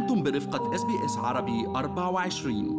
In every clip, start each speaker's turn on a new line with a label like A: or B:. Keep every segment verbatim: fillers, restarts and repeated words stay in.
A: أنتم برفقة إس بي إس عربي أربعة وعشرين.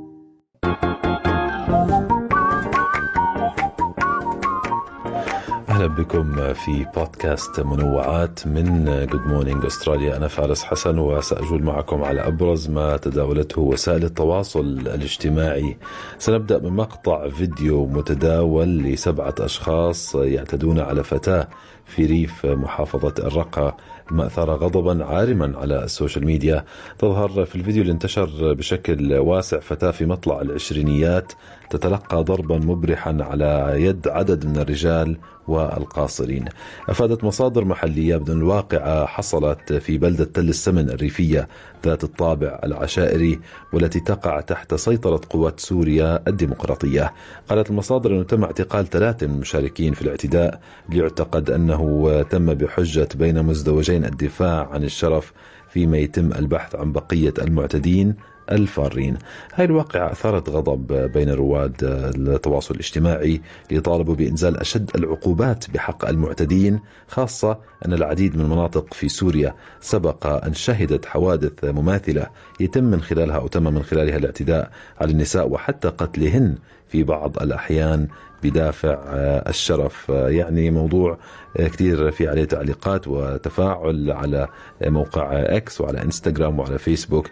B: أهلا بكم في بودكاست منوعات من جود مورنينج أستراليا. أنا فارس حسن وسأجول معكم على أبرز ما تداولته وسائل التواصل الاجتماعي. سنبدأ من مقطع فيديو متداول لسبعة أشخاص يعتدون على فتاة في ريف محافظة الرقة، ما أثار غضبا عارما على السوشيال ميديا. تظهر في الفيديو اللي انتشر بشكل واسع فتاة في مطلع العشرينيات تتلقى ضربا مبرحا على يد عدد من الرجال والقاصرين. أفادت مصادر محلية بأن الواقعة حصلت في بلدة تل السمن الريفية ذات الطابع العشائري والتي تقع تحت سيطرة قوات سوريا الديمقراطية. قالت المصادر أنه تم اعتقال ثلاثة من المشاركين في الاعتداء، ليعتقد أنه تم بحجة بين مزدوجين الدفاع عن الشرف، فيما يتم البحث عن بقية المعتدين الفارين. هاي الواقعة أثارت غضب بين رواد التواصل الاجتماعي ليطالبوا بإنزال أشد العقوبات بحق المعتدين، خاصة أن العديد من المناطق في سوريا سبق أن شهدت حوادث مماثلة يتم من خلالها أو تم من خلالها الاعتداء على النساء وحتى قتلهن في بعض الأحيان بدافع الشرف. يعني موضوع كثير في عليه تعليقات وتفاعل على موقع اكس وعلى انستغرام وعلى فيسبوك،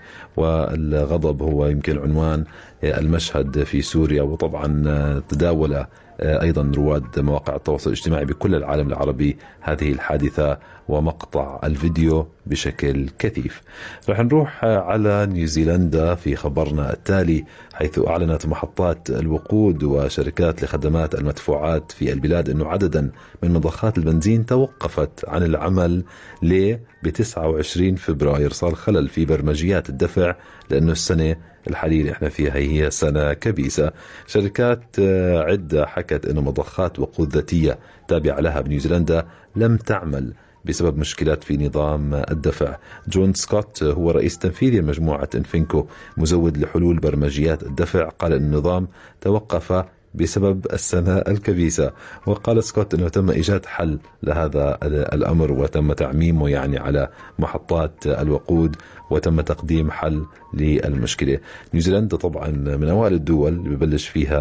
B: والغضب هو يمكن عنوان المشهد في سوريا. وطبعا تداول أيضا رواد مواقع التواصل الاجتماعي بكل العالم العربي هذه الحادثة ومقطع الفيديو بشكل كثيف. رح نروح على نيوزيلندا في خبرنا التالي، حيث أعلنت محطات الوقود وشركات لخدمات المدفوعات في البلاد أنه عددا من مضخات البنزين توقفت عن العمل ليه ب تسعة وعشرين فبراير. صار خلل في برمجيات الدفع لأنه السنة الحالية اللي احنا فيها هي سنة كبيسة. شركات عدة حكت أنه مضخات وقود ذاتية تابعة لها بنيوزيلندا لم تعمل بسبب مشكلات في نظام الدفع. جون سكوت هو رئيس تنفيذي لمجموعة انفينكو مزود لحلول برمجيات الدفع، قال أن النظام توقف بسبب السنة الكبيسة. وقال سكوت أنه تم إيجاد حل لهذا الأمر وتم تعميمه يعني على محطات الوقود وتم تقديم حل للمشكلة. نيوزيلندا طبعا من أوائل الدول اللي ببلش فيها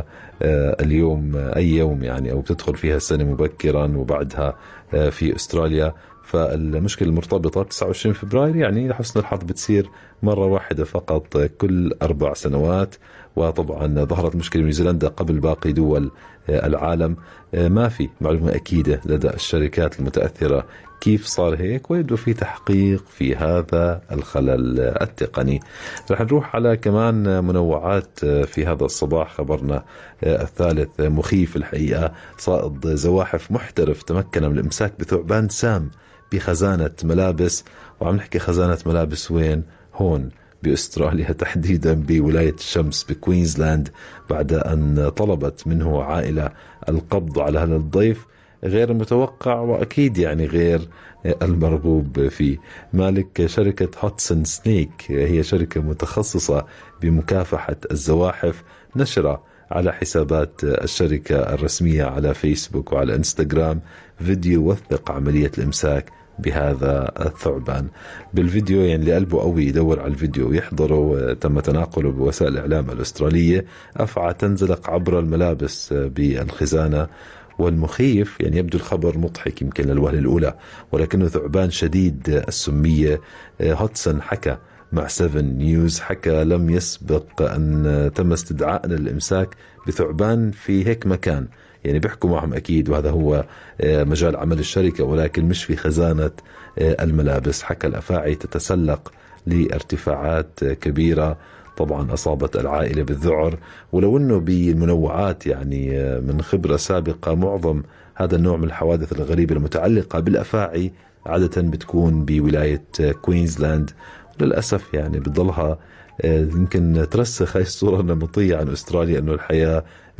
B: اليوم أي يوم يعني أو بتدخل فيها السنة مبكرا وبعدها في أستراليا. فالمشكلة المرتبطة ب تسعة وعشرين فبراير يعني لحسن الحظ بتصير مرة واحدة فقط كل أربع سنوات. وطبعا ظهرت مشكلة نيوزيلندا قبل باقي دول العالم. ما في معلومة أكيدة لدى الشركات المتأثرة كيف صار هيك، ويبدو في تحقيق في هذا الخلل التقني. رح نروح على كمان منوعات في هذا الصباح. خبرنا الثالث مخيف الحقيقة، صائد زواحف محترف تمكن من الإمساك بثعبان سام بخزانة ملابس. وعم نحكي خزانة ملابس وين؟ هون بأستراليا، تحديدا بولاية الشمس بكوينزلاند، بعد أن طلبت منه عائلة القبض على هذا الضيف غير المتوقع وأكيد يعني غير المرغوب فيه. مالك شركة هوتسون سنيك، هي شركة متخصصة بمكافحة الزواحف، نشر على حسابات الشركة الرسمية على فيسبوك وعلى انستغرام فيديو يوثق عملية الإمساك بهذا الثعبان. بالفيديو يعني اللي قلبه قوي يدور على الفيديو ويحضره، تم تناقله بوسائل الإعلام الأسترالية. أفعى تنزلق عبر الملابس بالخزانة. والمخيف يعني يبدو الخبر مضحك يمكن للوهلة الأولى، ولكنه ثعبان شديد السمية. هوتسون حكى مع سيفن نيوز، حكى لم يسبق أن تم استدعاءنا للإمساك بثعبان في هيك مكان، يعني بيحكوا معهم أكيد وهذا هو مجال عمل الشركة، ولكن مش في خزانة الملابس. حكى الأفاعي تتسلق لارتفاعات كبيرة، طبعا أصابت العائلة بالذعر. ولو أنه بالمنوعات يعني من خبرة سابقة معظم هذا النوع من الحوادث الغريبة المتعلقة بالأفاعي عادة بتكون بولاية كوينزلاند، وللأسف يعني بتضلها يمكن ترسخ هاي الصورة النمطية عن أستراليا أنه الحياة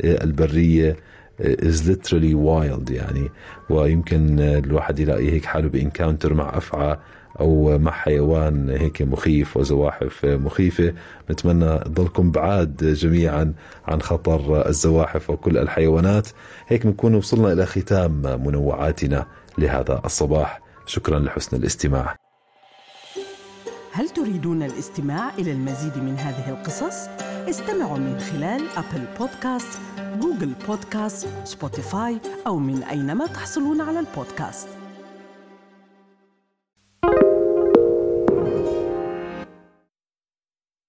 B: البرية is literally wild يعني. ويمكن الواحد يلاقي هيك حاله بإنكاونتر مع أفعى أو مع حيوان هيك مخيف وزواحف مخيفة. نتمنى تضلكم بعاد جميعا عن خطر الزواحف وكل الحيوانات. هيك نكون وصلنا إلى ختام منوعاتنا لهذا الصباح. شكرا لحسن الاستماع.
C: هل تريدون الاستماع إلى المزيد من هذه القصص؟ استمعوا من خلال أبل بودكاست، جوجل بودكاست، سبوتيفاي أو من أينما تحصلون على البودكاست.